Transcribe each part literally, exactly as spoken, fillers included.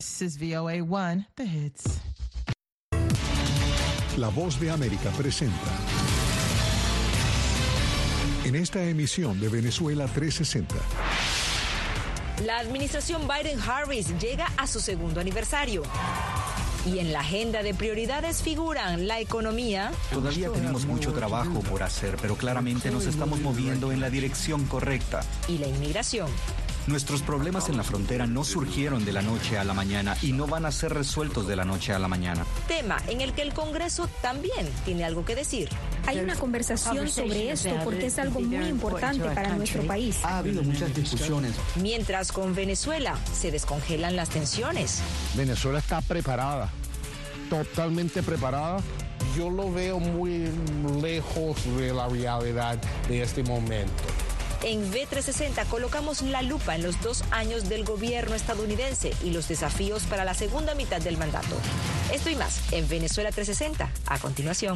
This is V O A one, The Hits. La Voz de América presenta. En esta emisión de Venezuela trescientos sesenta. La administración Biden-Harris llega a su segundo aniversario. Y en la agenda de prioridades figuran la economía. Todavía tenemos mucho trabajo por hacer, pero claramente nos estamos moviendo en la dirección correcta. Y la inmigración. Nuestros problemas en la frontera no surgieron de la noche a la mañana y no van a ser resueltos de la noche a la mañana. Tema en el que el Congreso también tiene algo que decir. Hay una conversación sobre esto porque es algo muy importante para nuestro país. Ha habido muchas discusiones. Mientras con Venezuela se descongelan las tensiones. Venezuela está preparada, totalmente preparada. Yo lo veo muy lejos de la realidad de este momento. En V trescientos sesenta colocamos la lupa en los dos años del gobierno estadounidense y los desafíos para la segunda mitad del mandato. Esto y más en Venezuela trescientos sesenta, a continuación.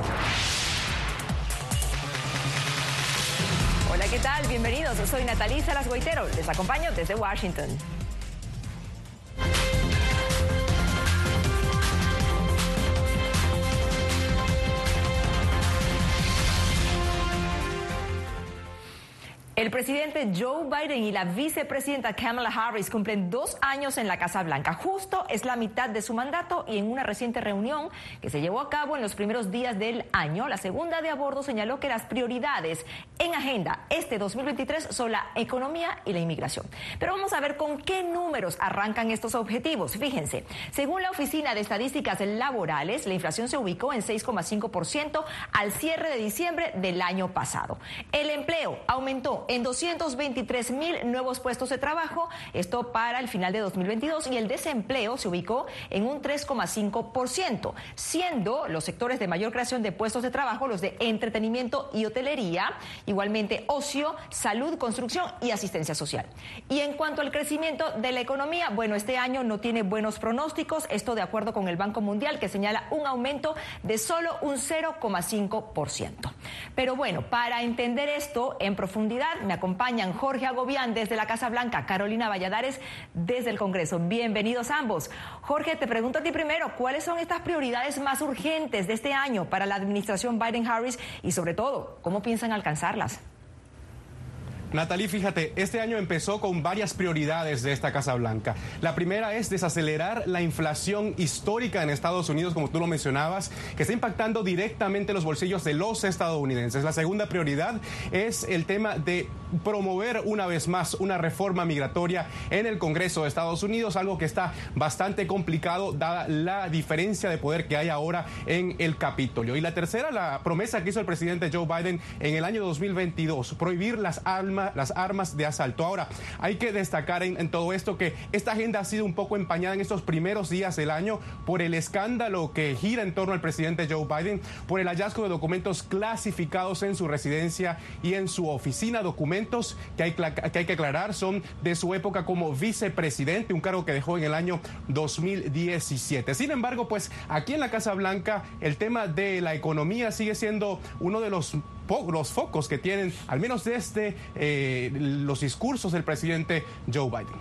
Hola, ¿qué tal? Bienvenidos. Soy Natalie Salas Goitero. Les acompaño desde Washington. El presidente Joe Biden y la vicepresidenta Kamala Harris cumplen dos años en la Casa Blanca. Justo es la mitad de su mandato y en una reciente reunión que se llevó a cabo en los primeros días del año, la segunda de a bordo señaló que las prioridades en agenda este dos mil veintitrés son la economía y la inmigración. Pero vamos a ver con qué números arrancan estos objetivos. Fíjense, según la Oficina de Estadísticas Laborales, la inflación se ubicó en seis coma cinco por ciento al cierre de diciembre del año pasado. El empleo aumentó en doscientos veintitrés mil nuevos puestos de trabajo, esto para el final de dos mil veintidós, y el desempleo se ubicó en un tres coma cinco por ciento, siendo los sectores de mayor creación de puestos de trabajo los de entretenimiento y hotelería, igualmente ocio, salud, construcción y asistencia social. Y en cuanto al crecimiento de la economía, bueno, este año no tiene buenos pronósticos, esto de acuerdo con el Banco Mundial, que señala un aumento de solo un cero coma cinco por ciento. Pero bueno, para entender esto en profundidad, me acompañan Jorge Agobián desde la Casa Blanca, Carolina Valladares desde el Congreso. Bienvenidos ambos. Jorge, te pregunto a ti primero, ¿cuáles son estas prioridades más urgentes de este año para la administración Biden-Harris y sobre todo, cómo piensan alcanzarlas? Natalie, fíjate, este año empezó con varias prioridades de esta Casa Blanca. La primera es desacelerar la inflación histórica en Estados Unidos, como tú lo mencionabas, que está impactando directamente los bolsillos de los estadounidenses. La segunda prioridad es el tema de promover una vez más una reforma migratoria en el Congreso de Estados Unidos, algo que está bastante complicado dada la diferencia de poder que hay ahora en el Capitolio. Y la tercera, la promesa que hizo el presidente Joe Biden en el año dos mil veintidós, prohibir las armas las armas de asalto. Ahora, hay que destacar en, en todo esto que esta agenda ha sido un poco empañada en estos primeros días del año por el escándalo que gira en torno al presidente Joe Biden, por el hallazgo de documentos clasificados en su residencia y en su oficina, documentos que hay que, hay que aclarar son de su época como vicepresidente, un cargo que dejó en el año dos mil diecisiete. Sin embargo, pues aquí en la Casa Blanca el tema de la economía sigue siendo uno de los los focos que tienen, al menos desde eh, los discursos del presidente Joe Biden.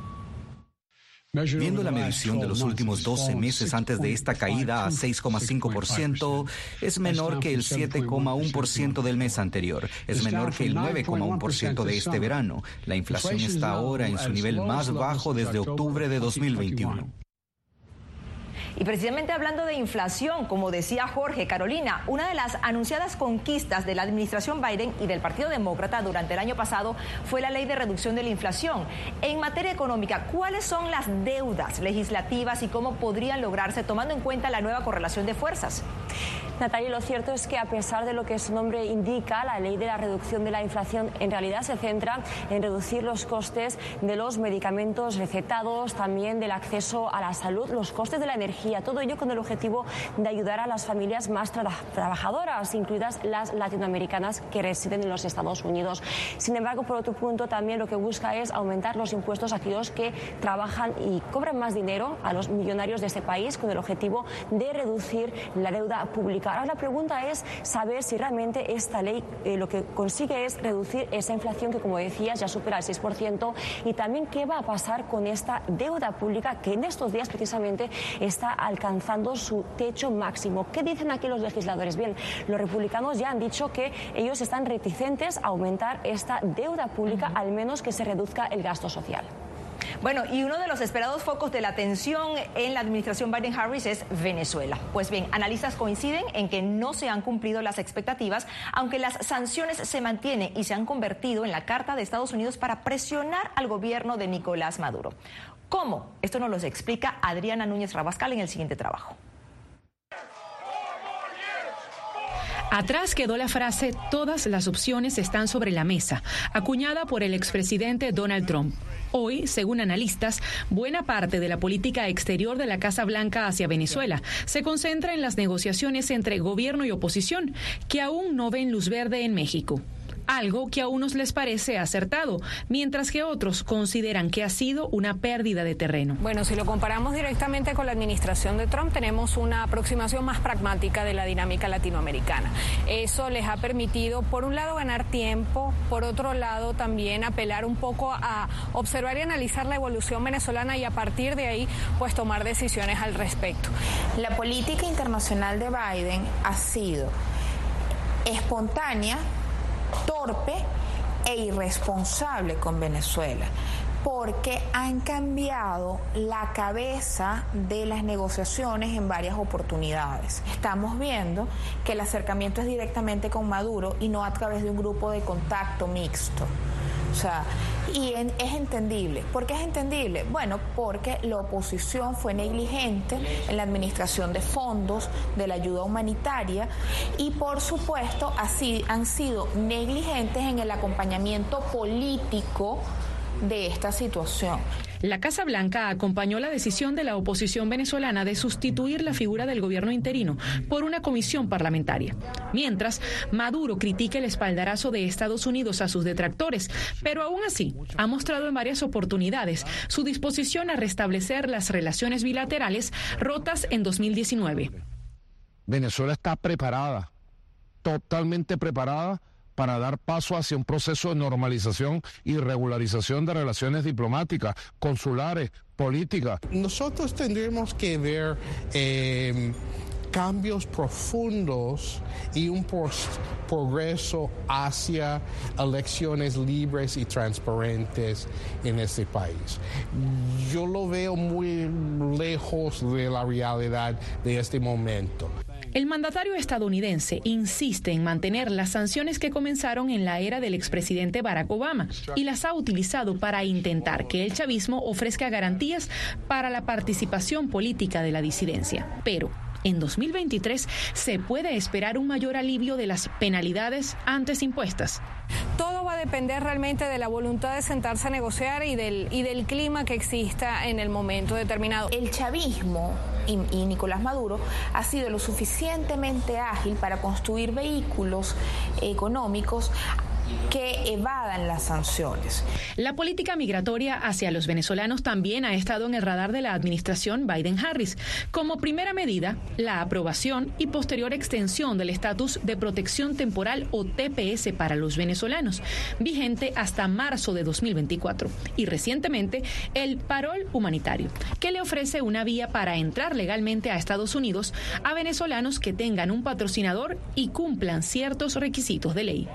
Viendo la medición de los últimos doce meses antes de esta caída a seis coma cinco por ciento, es menor que el siete coma uno por ciento del mes anterior, es menor que el nueve coma uno por ciento de este verano. La inflación está ahora en su nivel más bajo desde octubre de dos mil veintiuno. Y precisamente hablando de inflación, como decía Jorge, Carolina, una de las anunciadas conquistas de la administración Biden y del Partido Demócrata durante el año pasado fue la ley de reducción de la inflación. En materia económica, ¿cuáles son las deudas legislativas y cómo podrían lograrse tomando en cuenta la nueva correlación de fuerzas? Natalia, lo cierto es que a pesar de lo que su nombre indica, la ley de la reducción de la inflación en realidad se centra en reducir los costes de los medicamentos recetados, también del acceso a la salud, los costes de la energía energía, todo ello con el objetivo de ayudar a las familias más tra trabajadoras, incluidas las latinoamericanas que residen en los Estados Unidos. Sin embargo, por otro punto, también lo que busca es aumentar los impuestos a aquellos que trabajan y cobran más dinero, a los millonarios de este país, con el objetivo de reducir la deuda pública. Ahora la pregunta es saber si realmente esta ley eh, lo que consigue es reducir esa inflación que, como decías, ya supera el seis por ciento, y también qué va a pasar con esta deuda pública que en estos días precisamente está alcanzando su techo máximo. ¿Qué dicen aquí los legisladores? Bien, los republicanos ya han dicho que ellos están reticentes a aumentar esta deuda pública, uh-huh. al menos que se reduzca el gasto social. Bueno, y uno de los esperados focos de la atención en la administración Biden-Harris es Venezuela. Pues bien, analistas coinciden en que no se han cumplido las expectativas, aunque las sanciones se mantienen y se han convertido en la carta de Estados Unidos para presionar al gobierno de Nicolás Maduro. ¿Cómo? Esto nos lo explica Adriana Núñez Rabascal en el siguiente trabajo. Atrás quedó la frase "todas las opciones están sobre la mesa", acuñada por el expresidente Donald Trump. Hoy, según analistas, buena parte de la política exterior de la Casa Blanca hacia Venezuela se concentra en las negociaciones entre gobierno y oposición, que aún no ven luz verde en México. Algo que a unos les parece acertado, mientras que otros consideran que ha sido una pérdida de terreno. Bueno, si lo comparamos directamente con la administración de Trump, tenemos una aproximación más pragmática de la dinámica latinoamericana. Eso les ha permitido, por un lado, ganar tiempo, por otro lado, también apelar un poco a observar y analizar la evolución venezolana y a partir de ahí, pues tomar decisiones al respecto. La política internacional de Biden ha sido espontánea, torpe e irresponsable con Venezuela, porque han cambiado la cabeza de las negociaciones en varias oportunidades. Estamos viendo que el acercamiento es directamente con Maduro y no a través de un grupo de contacto mixto. O sea, y en, es entendible. ¿Por qué es entendible? Bueno, porque la oposición fue negligente en la administración de fondos, de la ayuda humanitaria y, por supuesto, así han sido negligentes en el acompañamiento político de esta situación. La Casa Blanca acompañó la decisión de la oposición venezolana de sustituir la figura del gobierno interino por una comisión parlamentaria. Mientras, Maduro critica el espaldarazo de Estados Unidos a sus detractores, pero aún así ha mostrado en varias oportunidades su disposición a restablecer las relaciones bilaterales rotas en dos mil diecinueve. Venezuela está preparada, totalmente preparada, para dar paso hacia un proceso de normalización y regularización de relaciones diplomáticas, consulares, políticas. Nosotros tendremos que ver eh, cambios profundos y un progreso hacia elecciones libres y transparentes en este país. Yo lo veo muy lejos de la realidad de este momento. El mandatario estadounidense insiste en mantener las sanciones que comenzaron en la era del expresidente Barack Obama y las ha utilizado para intentar que el chavismo ofrezca garantías para la participación política de la disidencia. Pero en dos mil veintitrés se puede esperar un mayor alivio de las penalidades antes impuestas. Todo va a depender realmente de la voluntad de sentarse a negociar y del, y del clima que exista en el momento determinado. El chavismo y, y Nicolás Maduro ha sido lo suficientemente ágil para construir vehículos económicos que evadan las sanciones. La política migratoria hacia los venezolanos también ha estado en el radar de la administración Biden-Harris. Como primera medida, la aprobación y posterior extensión del estatus de protección temporal o T P S para los venezolanos, vigente hasta marzo de dos mil veinticuatro. Y recientemente, el parol humanitario, que le ofrece una vía para entrar legalmente a Estados Unidos a venezolanos que tengan un patrocinador y cumplan ciertos requisitos de ley.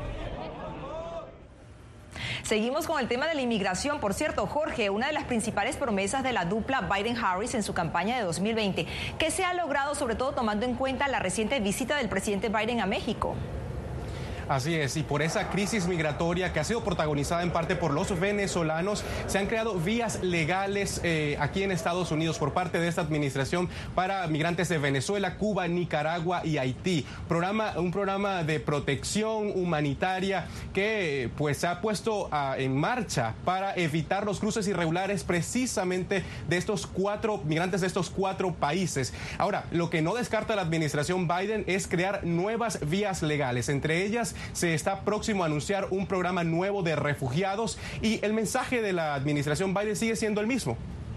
Seguimos con el tema de la inmigración. Por cierto, Jorge, una de las principales promesas de la dupla Biden-Harris en su campaña de dos mil veinte, ¿qué se ha logrado, sobre todo tomando en cuenta la reciente visita del presidente Biden a México? Así es, y por esa crisis migratoria que ha sido protagonizada en parte por los venezolanos, se han creado vías legales eh, aquí en Estados Unidos por parte de esta administración para migrantes de Venezuela, Cuba, Nicaragua y Haití. Programa, un programa de protección humanitaria que pues se ha puesto uh, en marcha para evitar los cruces irregulares precisamente de estos cuatro migrantes de estos cuatro países. Ahora, lo que no descarta la administración Biden es crear nuevas vías legales. Entre ellas, se está próximo a anunciar un programa nuevo de refugiados y el mensaje de la administración Biden sigue siendo el mismo.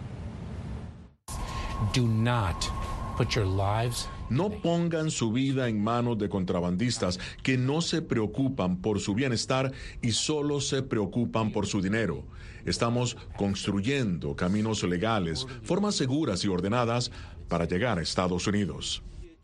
Do not put your lives No pongan su vida en manos de contrabandistas que no se preocupan por su bienestar y solo se preocupan por su dinero. Estamos construyendo caminos legales, formas seguras y ordenadas para llegar a Estados Unidos.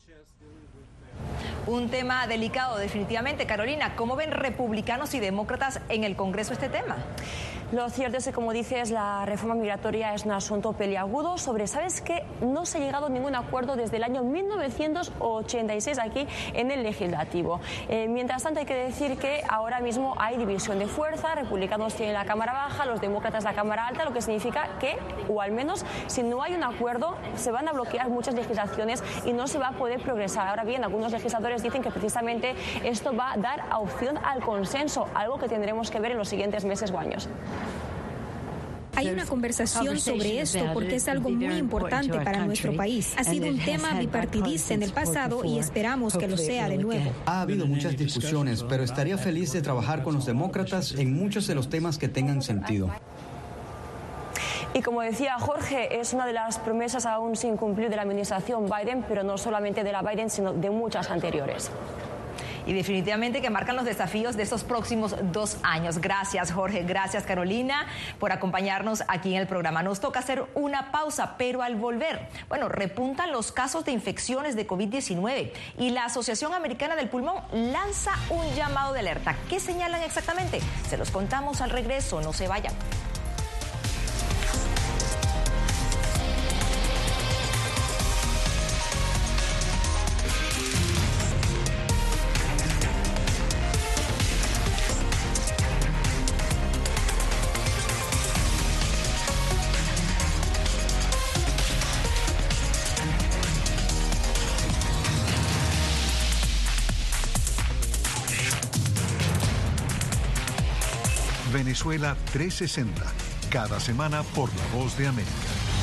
Un tema delicado, definitivamente. Carolina, ¿cómo ven republicanos y demócratas en el Congreso este tema? Lo cierto es que, como dices, la reforma migratoria es un asunto peliagudo sobre, ¿sabes qué? No se ha llegado a ningún acuerdo desde el año mil novecientos ochenta y seis aquí en el Legislativo. Eh, mientras tanto, hay que decir que ahora mismo hay división de fuerza, republicanos tienen la Cámara Baja, los demócratas la Cámara Alta, lo que significa que, o al menos, si no hay un acuerdo, se van a bloquear muchas legislaciones y no se va a poder progresar. Ahora bien, algunos legisladores dicen que precisamente esto va a dar opción al consenso, algo que tendremos que ver en los siguientes meses o años. Hay una conversación sobre esto porque es algo muy importante para nuestro país. Ha sido un tema bipartidista en el pasado y esperamos que lo sea de nuevo. Ha habido muchas discusiones, pero estaría feliz de trabajar con los demócratas en muchos de los temas que tengan sentido. Y como decía Jorge, es una de las promesas aún sin cumplir de la administración Biden, pero no solamente de la Biden, sino de muchas anteriores. Y definitivamente que marcan los desafíos de estos próximos dos años. Gracias, Jorge. Gracias, Carolina, por acompañarnos aquí en el programa. Nos toca hacer una pausa, pero al volver, bueno, repuntan los casos de infecciones de COVID diecinueve y la Asociación Americana del Pulmón lanza un llamado de alerta. ¿Qué señalan exactamente? Se los contamos al regreso. No se vayan. Venezuela trescientos sesenta, cada semana por La Voz de América.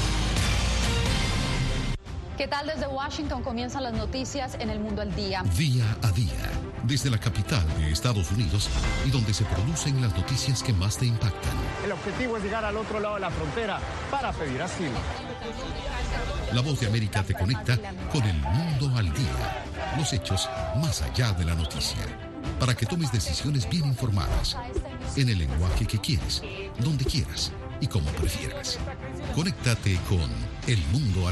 ¿Qué tal? Desde Washington comienzan las noticias en El Mundo al Día. Día a día, desde la capital de Estados Unidos y donde se producen las noticias que más te impactan. El objetivo es llegar al otro lado de la frontera para pedir asilo. La Voz de América te conecta con El Mundo al Día. Los hechos más allá de la noticia. Para que tomes decisiones bien informadas. En el lenguaje que quieres, donde quieras y como prefieras. Conéctate con El Mundo al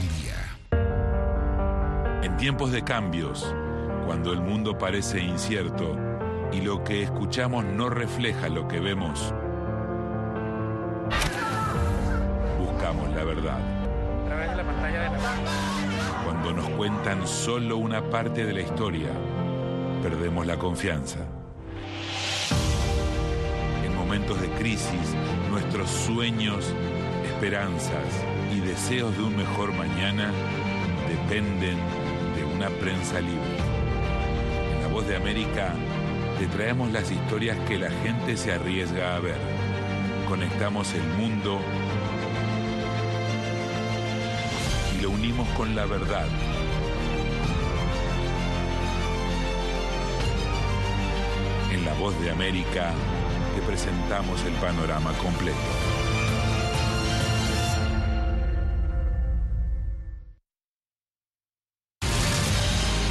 Día. En tiempos de cambios, cuando el mundo parece incierto y lo que escuchamos no refleja lo que vemos, buscamos la verdad. A través de la pantalla de la... Cuando nos cuentan solo una parte de la historia, perdemos la confianza. En momentos de crisis, nuestros sueños, esperanzas y deseos de un mejor mañana dependen de una prensa libre. En La Voz de América te traemos las historias que la gente se arriesga a ver. Conectamos el mundo y lo unimos con la verdad. En La Voz de América te presentamos el panorama completo.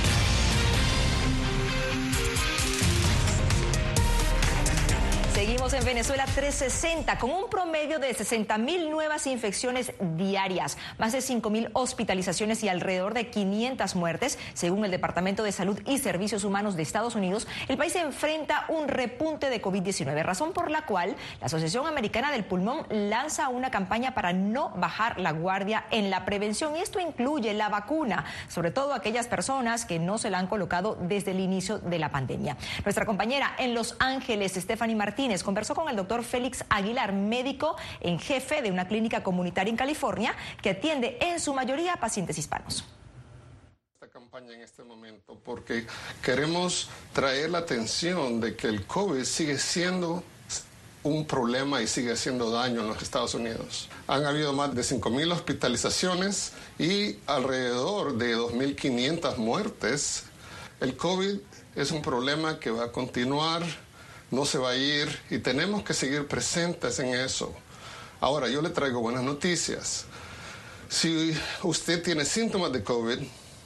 Seguimos Estamos en Venezuela trescientos sesenta con un promedio de sesenta mil nuevas infecciones diarias, más de cinco mil hospitalizaciones y alrededor de quinientas muertes. Según el Departamento de Salud y Servicios Humanos de Estados Unidos, el país enfrenta un repunte de COVID diecinueve, razón por la cual la Asociación Americana del Pulmón lanza una campaña para no bajar la guardia en la prevención, y esto incluye la vacuna, sobre todo aquellas personas que no se la han colocado desde el inicio de la pandemia. Nuestra compañera en Los Ángeles, Stephanie Martínez, conversó con el doctor Félix Aguilar, médico en jefe de una clínica comunitaria en California que atiende en su mayoría a pacientes hispanos. Esta campaña en este momento porque queremos traer la atención de que el COVID sigue siendo un problema y sigue haciendo daño en los Estados Unidos. Han habido más de cinco mil hospitalizaciones y alrededor de dos mil quinientas muertes. El COVID es un problema que va a continuar, no se va a ir y tenemos que seguir presentes en eso. Ahora, yo le traigo buenas noticias. Si usted tiene síntomas de COVID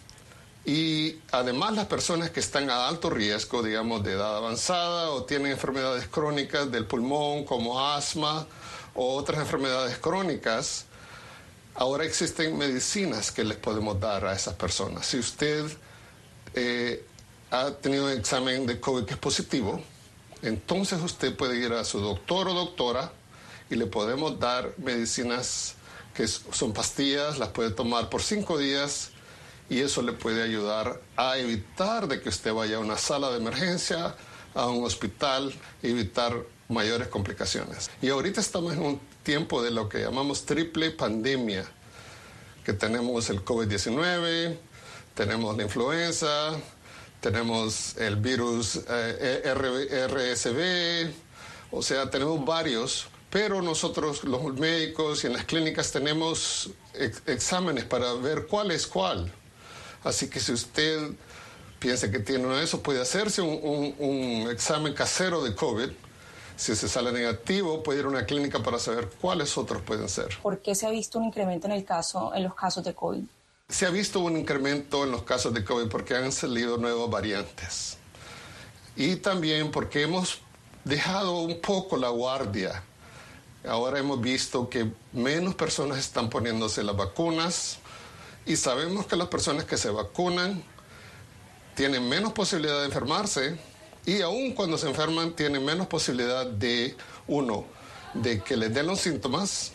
y además las personas que están a alto riesgo, digamos de edad avanzada o tienen enfermedades crónicas del pulmón como asma o otras enfermedades crónicas, ahora existen medicinas que les podemos dar a esas personas. Si usted eh, ha tenido un examen de COVID que es positivo, entonces usted puede ir a su doctor o doctora y le podemos dar medicinas que son pastillas, las puede tomar por cinco días y eso le puede ayudar a evitar de que usted vaya a una sala de emergencia, a un hospital, evitar mayores complicaciones. Y ahorita estamos en un tiempo de lo que llamamos triple pandemia, que tenemos el COVID diecinueve, tenemos la influenza, tenemos el virus eh, R S V, o sea, tenemos varios, pero nosotros los médicos y en las clínicas tenemos ex exámenes para ver cuál es cuál. Así que si usted piensa que tiene uno de esos, puede hacerse un, un, un examen casero de COVID. Si se sale negativo, puede ir a una clínica para saber cuáles otros pueden ser. ¿Por qué se ha visto un incremento en, el caso, en los casos de COVID? Se ha visto un incremento en los casos de COVID porque han salido nuevas variantes. Y también porque hemos dejado un poco la guardia. Ahora hemos visto que menos personas están poniéndose las vacunas y sabemos que las personas que se vacunan tienen menos posibilidad de enfermarse y aún cuando se enferman tienen menos posibilidad de, uno, de que les den los síntomas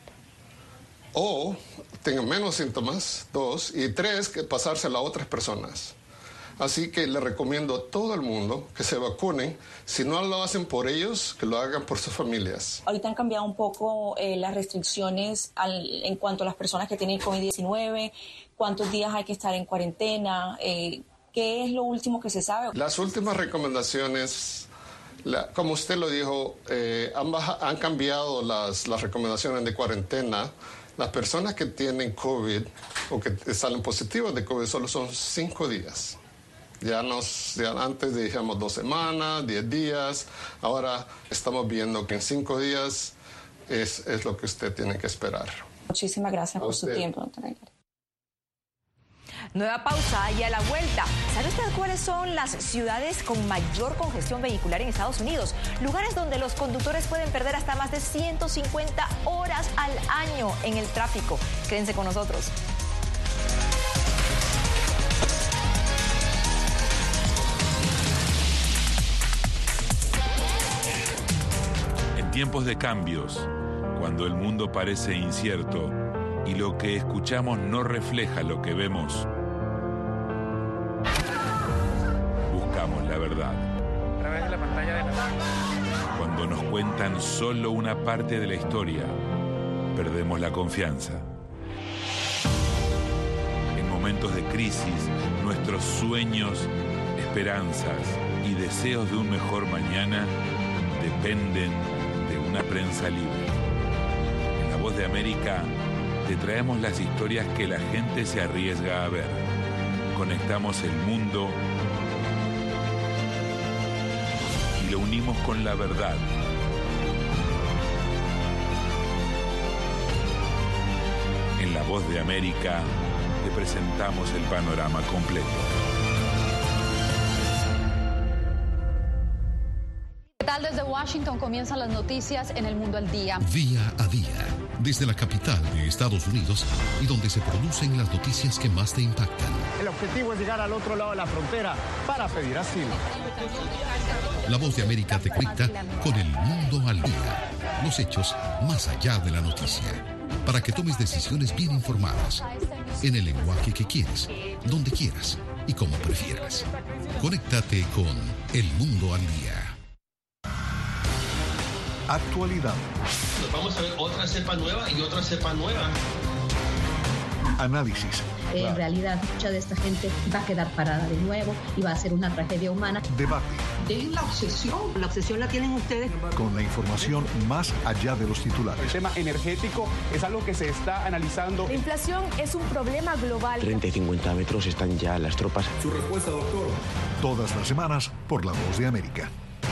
o tengan menos síntomas, dos, y tres, que pasárselo a otras personas. Así que le recomiendo a todo el mundo que se vacunen. Si no lo hacen por ellos, que lo hagan por sus familias. Ahorita han cambiado un poco eh, las restricciones al, en cuanto a las personas que tienen COVID diecinueve, cuántos días hay que estar en cuarentena, eh, ¿qué es lo último que se sabe? Las últimas recomendaciones, la, como usted lo dijo, eh, han, baja, han cambiado las, las recomendaciones de cuarentena. Las personas que tienen COVID o que salen positivos de COVID solo son cinco días. Ya, nos, ya antes dijimos dos semanas, diez días. Ahora estamos viendo que en cinco días es, es lo que usted tiene que esperar. Muchísimas gracias por su tiempo, doctora Aguilar. Nueva pausa y a la vuelta. ¿Sabe usted cuáles son las ciudades con mayor congestión vehicular en Estados Unidos? Lugares donde los conductores pueden perder hasta más de ciento cincuenta horas al año en el tráfico. Quédense con nosotros. En tiempos de cambios, cuando el mundo parece incierto y lo que escuchamos no refleja lo que vemos, buscamos la verdad. A través de la pantalla de la... Cuando nos cuentan solo una parte de la historia, perdemos la confianza. En momentos de crisis, nuestros sueños, esperanzas y deseos de un mejor mañana dependen de una prensa libre. En La Voz de América te traemos las historias que la gente se arriesga a ver. Conectamos el mundo y lo unimos con la verdad. En La Voz de América te presentamos el panorama completo. tal? Desde Washington comienzan las noticias en El Mundo al Día. Día a día, desde la capital de Estados Unidos y donde se producen las noticias que más te impactan. El objetivo es llegar al otro lado de la frontera para pedir asilo. La Voz de América te conecta con El Mundo al Día. Los hechos más allá de la noticia. Para que tomes decisiones bien informadas. En el lenguaje que quieres, donde quieras y como prefieras. Conéctate con El Mundo al Día. Actualidad. Vamos a ver otra cepa nueva y otra cepa nueva. Análisis. En realidad, mucha de esta gente va a quedar parada de nuevo y va a ser una tragedia humana. Debate. Dejen la obsesión. La obsesión la tienen ustedes. Con la información más allá de los titulares. El tema energético es algo que se está analizando. La inflación es un problema global. treinta y cincuenta metros están ya las tropas. Su respuesta, doctor. Todas las semanas por La Voz de América.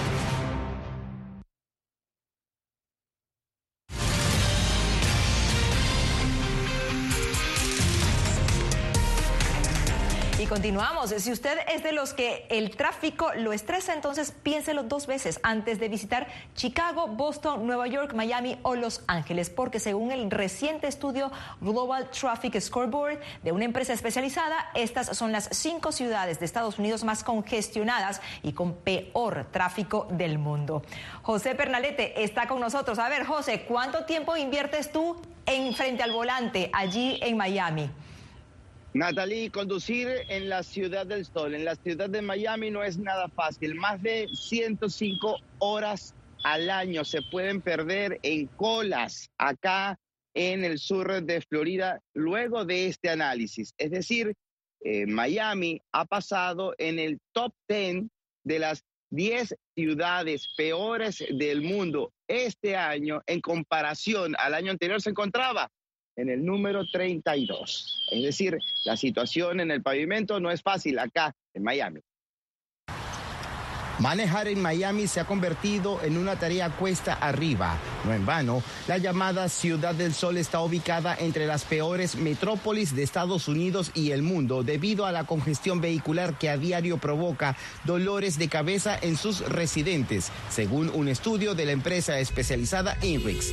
Y continuamos. Si usted es de los que el tráfico lo estresa, entonces piénselo dos veces antes de visitar Chicago, Boston, Nueva York, Miami o Los Ángeles, porque según el reciente estudio Global Traffic Scoreboard de una empresa especializada, estas son las cinco ciudades de Estados Unidos más congestionadas y con peor tráfico del mundo. José Pernalete está con nosotros. A ver, José, ¿cuánto tiempo inviertes tú en frente al volante allí en Miami? Natalie, conducir en la Ciudad del Sol, en la ciudad de Miami, no es nada fácil. Más de ciento cinco horas al año se pueden perder en colas acá en el sur de Florida luego de este análisis. Es decir, eh, Miami ha pasado en el top diez de las diez ciudades peores del mundo. Este año, en comparación al año anterior, se encontraba en el número treinta y dos. Es decir, la situación en el pavimento no es fácil acá en Miami. Manejar en Miami se ha convertido en una tarea cuesta arriba. No en vano, la llamada Ciudad del Sol está ubicada entre las peores metrópolis de Estados Unidos y el mundo debido a la congestión vehicular que a diario provoca dolores de cabeza en sus residentes, según un estudio de la empresa especializada INRIX.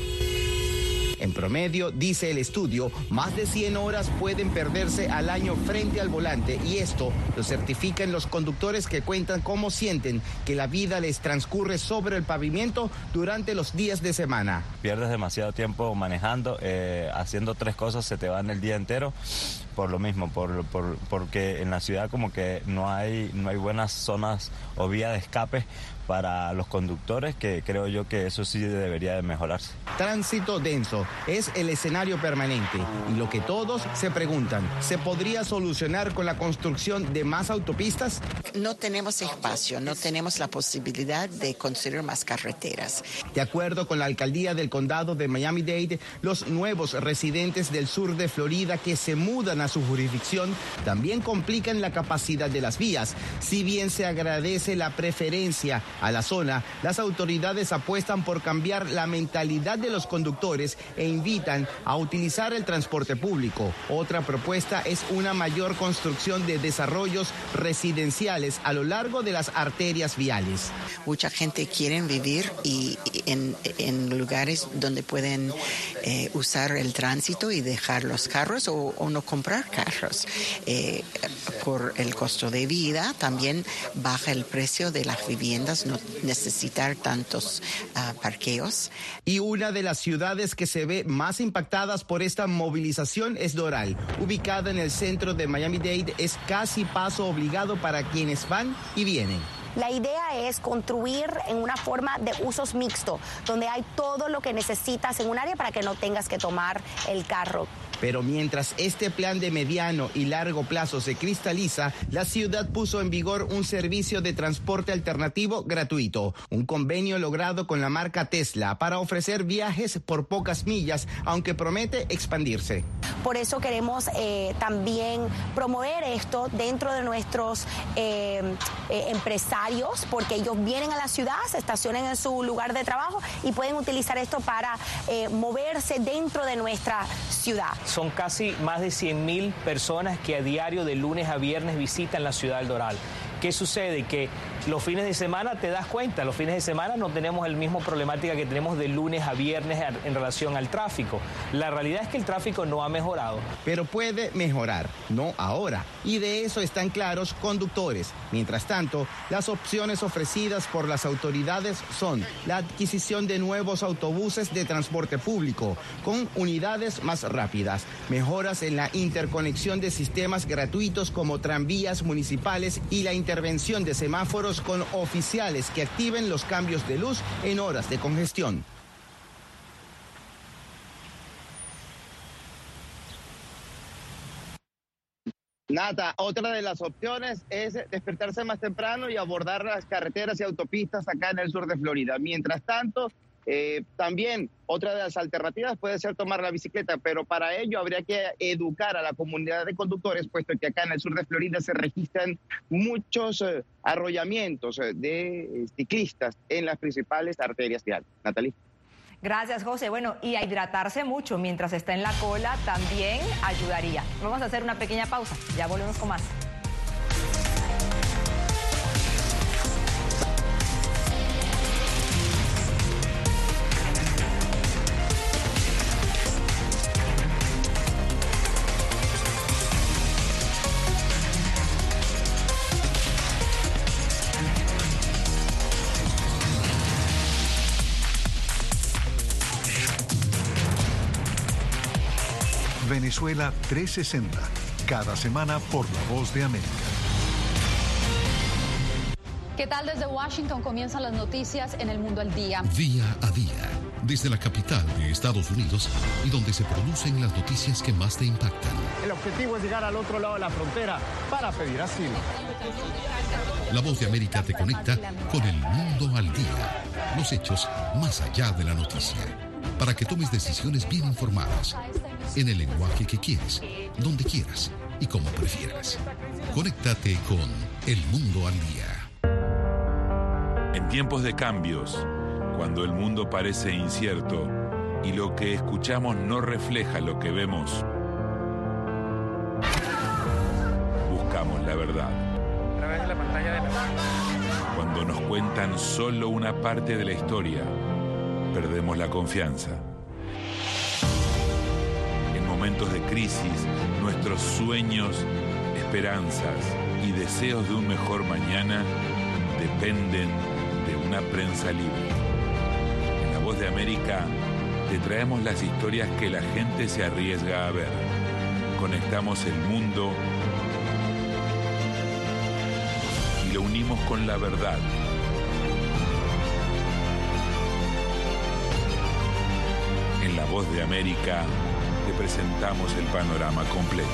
En promedio, dice el estudio, más de cien horas pueden perderse al año frente al volante y esto lo certifican los conductores que cuentan cómo sienten que la vida les transcurre sobre el pavimento durante los días de semana. Pierdes demasiado tiempo manejando, eh, haciendo tres cosas, se te van el día entero. Por lo mismo, por, por, porque en la ciudad como que no hay, no hay buenas zonas o vía de escape para los conductores, que creo yo que eso sí debería de mejorarse. Tránsito denso es el escenario permanente y lo que todos se preguntan, ¿se podría solucionar con la construcción de más autopistas? No tenemos espacio, no tenemos la posibilidad de construir más carreteras. De acuerdo con la alcaldía del condado de Miami-Dade, los nuevos residentes del sur de Florida que se mudan a su jurisdicción también complican la capacidad de las vías. Si bien se agradece la preferencia a la zona, las autoridades apuestan por cambiar la mentalidad de los conductores e invitan a utilizar el transporte público. Otra propuesta es una mayor construcción de desarrollos residenciales a lo largo de las arterias viales. Mucha gente quiere vivir y, en, en lugares donde pueden eh, usar el tránsito y dejar los carros o, o no comprar carros. Eh, por el costo de vida también baja el precio de las viviendas, no necesitar tantos uh, parqueos. Y una de las ciudades que se ve más impactadas por esta movilización es Doral. Ubicada en el centro de Miami-Dade, es casi paso obligado para quienes van y vienen. La idea es construir en una forma de usos mixto, donde hay todo lo que necesitas en un área para que no tengas que tomar el carro. Pero mientras este plan de mediano y largo plazo se cristaliza, la ciudad puso en vigor un servicio de transporte alternativo gratuito, un convenio logrado con la marca Tesla para ofrecer viajes por pocas millas, aunque promete expandirse. Por eso queremos eh, también promover esto dentro de nuestros eh, eh, empresarios, porque ellos vienen a la ciudad, se estacionan en su lugar de trabajo y pueden utilizar esto para eh, moverse dentro de nuestra ciudad. Son casi más de cien mil personas que a diario de lunes a viernes visitan la ciudad del Doral. ¿Qué sucede? Que los fines de semana te das cuenta, los fines de semana no tenemos el mismo problemática que tenemos de lunes a viernes en relación al tráfico. La realidad es que el tráfico no ha mejorado. Pero puede mejorar, no ahora. Y de eso están claros conductores. Mientras tanto, las opciones ofrecidas por las autoridades son la adquisición de nuevos autobuses de transporte público con unidades más rápidas, mejoras en la interconexión de sistemas gratuitos como tranvías municipales y la intervención de semáforos con oficiales que activen los cambios de luz en horas de congestión. Nata, otra de las opciones es despertarse más temprano y abordar las carreteras y autopistas acá en el sur de Florida. Mientras tanto, eh, también otra de las alternativas puede ser tomar la bicicleta, pero para ello habría que educar a la comunidad de conductores, puesto que acá en el sur de Florida se registran muchos eh, arrollamientos eh, de eh, ciclistas en las principales arterias viales. Natalie. Gracias, José. Bueno, y a hidratarse mucho mientras está en la cola también ayudaría. Vamos a hacer una pequeña pausa. Ya volvemos con más. Venezuela trescientos sesenta, cada semana por La Voz de América. ¿Qué tal? Desde Washington comienzan las noticias en El Mundo al Día. Día a día, desde la capital de Estados Unidos y donde se producen las noticias que más te impactan. El objetivo es llegar al otro lado de la frontera para pedir asilo. La Voz de América te conecta con El Mundo al Día. Los hechos más allá de la noticia. Para que tomes decisiones bien informadas. En el lenguaje que quieres, donde quieras y como prefieras. Conéctate con El Mundo al Día. En tiempos de cambios, cuando el mundo parece incierto y lo que escuchamos no refleja lo que vemos, buscamos la verdad. A través de la pantalla de la... Cuando nos cuentan solo una parte de la historia, perdemos la confianza. En momentos de crisis, nuestros sueños, esperanzas y deseos de un mejor mañana dependen de una prensa libre. En La Voz de América te traemos las historias que la gente se arriesga a ver. Conectamos el mundo y lo unimos con la verdad. En La Voz de América te presentamos el panorama completo.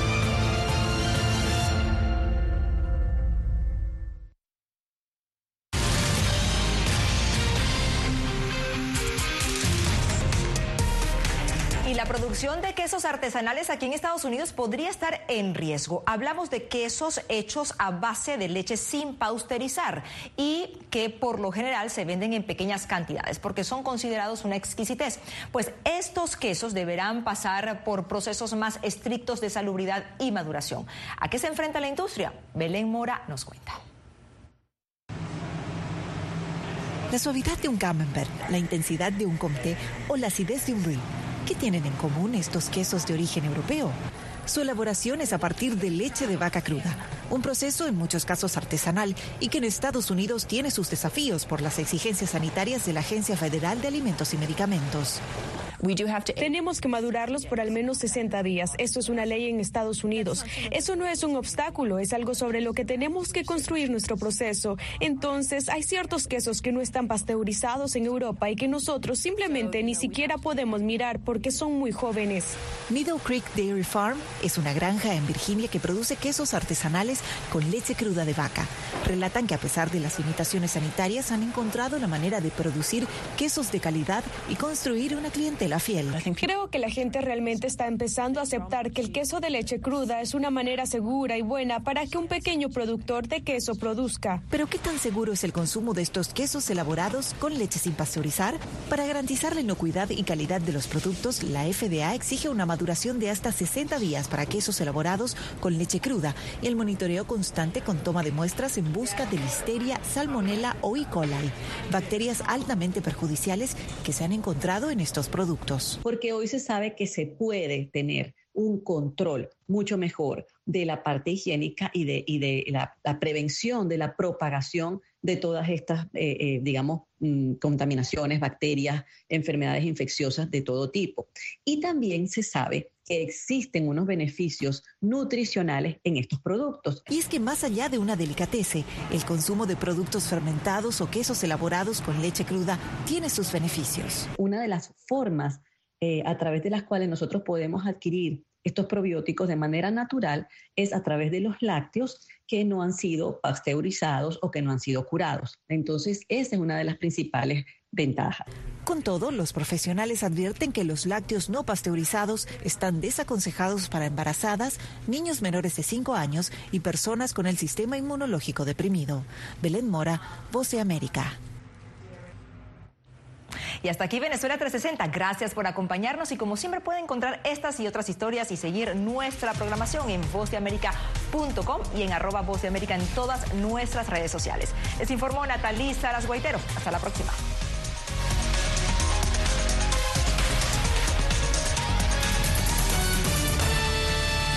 Y la producción de quesos artesanales aquí en Estados Unidos podría estar en riesgo. Hablamos de quesos hechos a base de leche sin pasteurizar y que por lo general se venden en pequeñas cantidades porque son considerados una exquisitez. Pues estos quesos deberán pasar por procesos más estrictos de salubridad y maduración. ¿A qué se enfrenta la industria? Belén Mora nos cuenta. La suavidad de un camembert, la intensidad de un comté o la acidez de un brie. ¿Qué tienen en común estos quesos de origen europeo? Su elaboración es a partir de leche de vaca cruda, un proceso en muchos casos artesanal y que en Estados Unidos tiene sus desafíos por las exigencias sanitarias de la Agencia Federal de Alimentos y Medicamentos. Tenemos que madurarlos por al menos sesenta días. Esto es una ley en Estados Unidos. Eso no es un obstáculo, es algo sobre lo que tenemos que construir nuestro proceso. Entonces, hay ciertos quesos que no están pasteurizados en Europa y que nosotros simplemente ni siquiera podemos mirar porque son muy jóvenes. Middle Creek Dairy Farm es una granja en Virginia que produce quesos artesanales con leche cruda de vaca. Relatan que a pesar de las limitaciones sanitarias han encontrado la manera de producir quesos de calidad y construir una clientela la Fiel. Creo que la gente realmente está empezando a aceptar que el queso de leche cruda es una manera segura y buena para que un pequeño productor de queso produzca. Pero ¿qué tan seguro es el consumo de estos quesos elaborados con leche sin pasteurizar? Para garantizar la inocuidad y calidad de los productos, la F D A exige una maduración de hasta sesenta días para quesos elaborados con leche cruda y el monitoreo constante con toma de muestras en busca de listeria, salmonella o E. coli, bacterias altamente perjudiciales que se han encontrado en estos productos. Porque hoy se sabe que se puede tener un control mucho mejor de la parte higiénica y de, y de la, la prevención de la propagación de todas estas, eh, eh, digamos, mm, contaminaciones, bacterias, enfermedades infecciosas de todo tipo. Y también se sabe que existen unos beneficios nutricionales en estos productos. Y es que más allá de una delicatese, el consumo de productos fermentados o quesos elaborados con leche cruda tiene sus beneficios. Una de las formas eh, a través de las cuales nosotros podemos adquirir estos probióticos de manera natural es a través de los lácteos que no han sido pasteurizados o que no han sido curados. Entonces, esa es una de las principales ventajas. Con todo, los profesionales advierten que los lácteos no pasteurizados están desaconsejados para embarazadas, niños menores de cinco años y personas con el sistema inmunológico deprimido. Belén Mora, Voz de América. Y hasta aquí Venezuela trescientos sesenta. Gracias por acompañarnos y como siempre puede encontrar estas y otras historias y seguir nuestra programación en voz de américa punto com y en arroba voz de América en todas nuestras redes sociales. Les informó Natalí Saras Guaitero. Hasta la próxima.